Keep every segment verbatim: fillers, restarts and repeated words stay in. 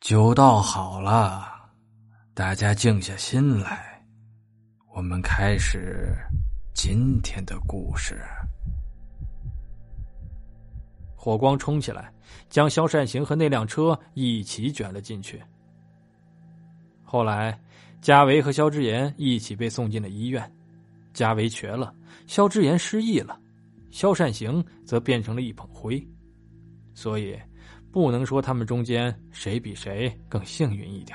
酒倒好了，大家静下心来，我们开始今天的故事。 火光冲起来，将萧善行和那辆车一起卷了进去。后来嘉维和萧之言一起被送进了医院，嘉维瘸了，萧之言失忆了，萧善行则变成了一捧灰。所以不能说他们中间谁比谁更幸运一点。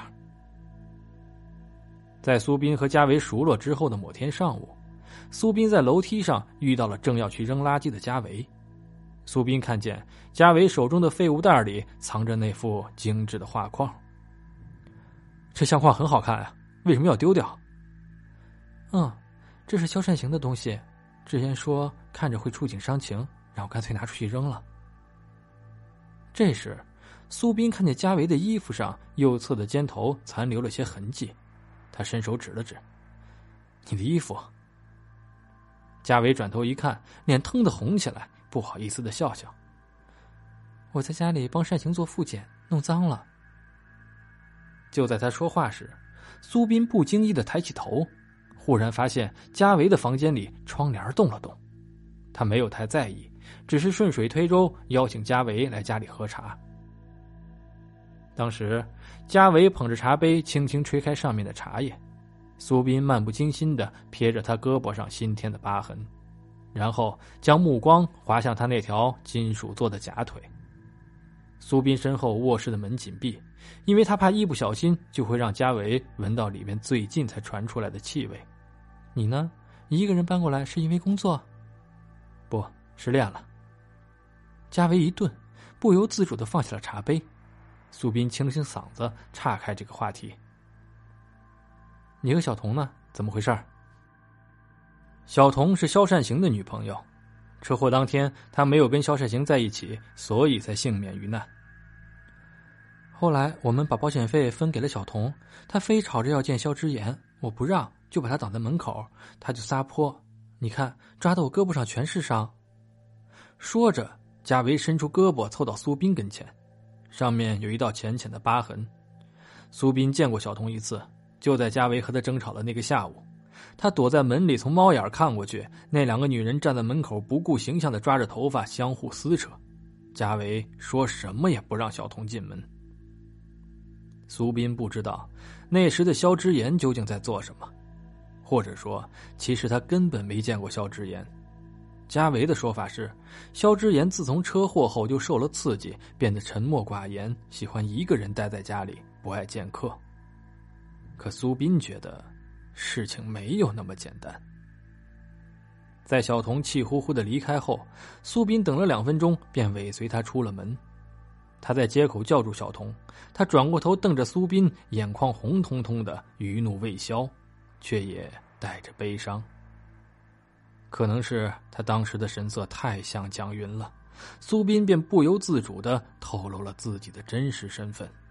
在苏斌和嘉维熟络之后的某天上午，苏斌在楼梯上遇到了正要去扔垃圾的嘉维。苏斌看见嘉维手中的废物袋里藏着那幅精致的画框。这相框很好看啊，为什么要丢掉？嗯，这是萧善行的东西，之前说看着会触景伤情，让我干脆拿出去扔了。这时苏斌看见嘉维的衣服上右侧的肩头残留了些痕迹，他伸手指了指，你的衣服。嘉维转头一看，脸腾地红起来，不好意思地笑笑，我在家里帮善行做复检，弄脏了。就在他说话时，苏斌不经意地抬起头，忽然发现嘉维的房间里窗帘动了动。他没有太在意，只是顺水推舟邀请嘉维来家里喝茶。当时嘉维捧着茶杯轻轻吹开上面的茶叶，苏斌漫不经心地瞥着他胳膊上新添的疤痕，然后将目光滑向他那条金属做的假腿。苏斌身后卧室的门紧闭，因为他怕一不小心就会让嘉维闻到里面最近才传出来的气味。你呢？一个人搬过来是因为工作？不，失恋了。嘉维一顿，不由自主地放下了茶杯。苏斌清清嗓子岔开这个话题，你和小童呢？怎么回事？小童是萧善行的女朋友，车祸当天他没有跟萧善行在一起，所以才幸免于难。后来我们把保险费分给了小童，他非吵着要见萧之言，我不让，就把他挡在门口，他就撒泼，你看抓得我胳膊上全是伤。说着嘉维伸出胳膊凑到苏斌跟前，上面有一道浅浅的疤痕。苏斌见过小童一次，就在嘉维和他争吵的那个下午，他躲在门里从猫眼看过去，那两个女人站在门口不顾形象地抓着头发相互撕扯，嘉维说什么也不让小童进门。苏斌不知道那时的萧之言究竟在做什么，或者说其实他根本没见过萧之言。嘉维的说法是，萧之言自从车祸后就受了刺激，变得沉默寡言，喜欢一个人待在家里，不爱见客。可苏斌觉得事情没有那么简单。在小童气呼呼的离开后，苏斌等了两分钟，便尾随他出了门。他在街口叫住小童，他转过头瞪着苏斌，眼眶红彤彤的，余怒未消，却也带着悲伤。可能是他当时的神色太像蒋云了，苏斌便不由自主地透露了自己的真实身份。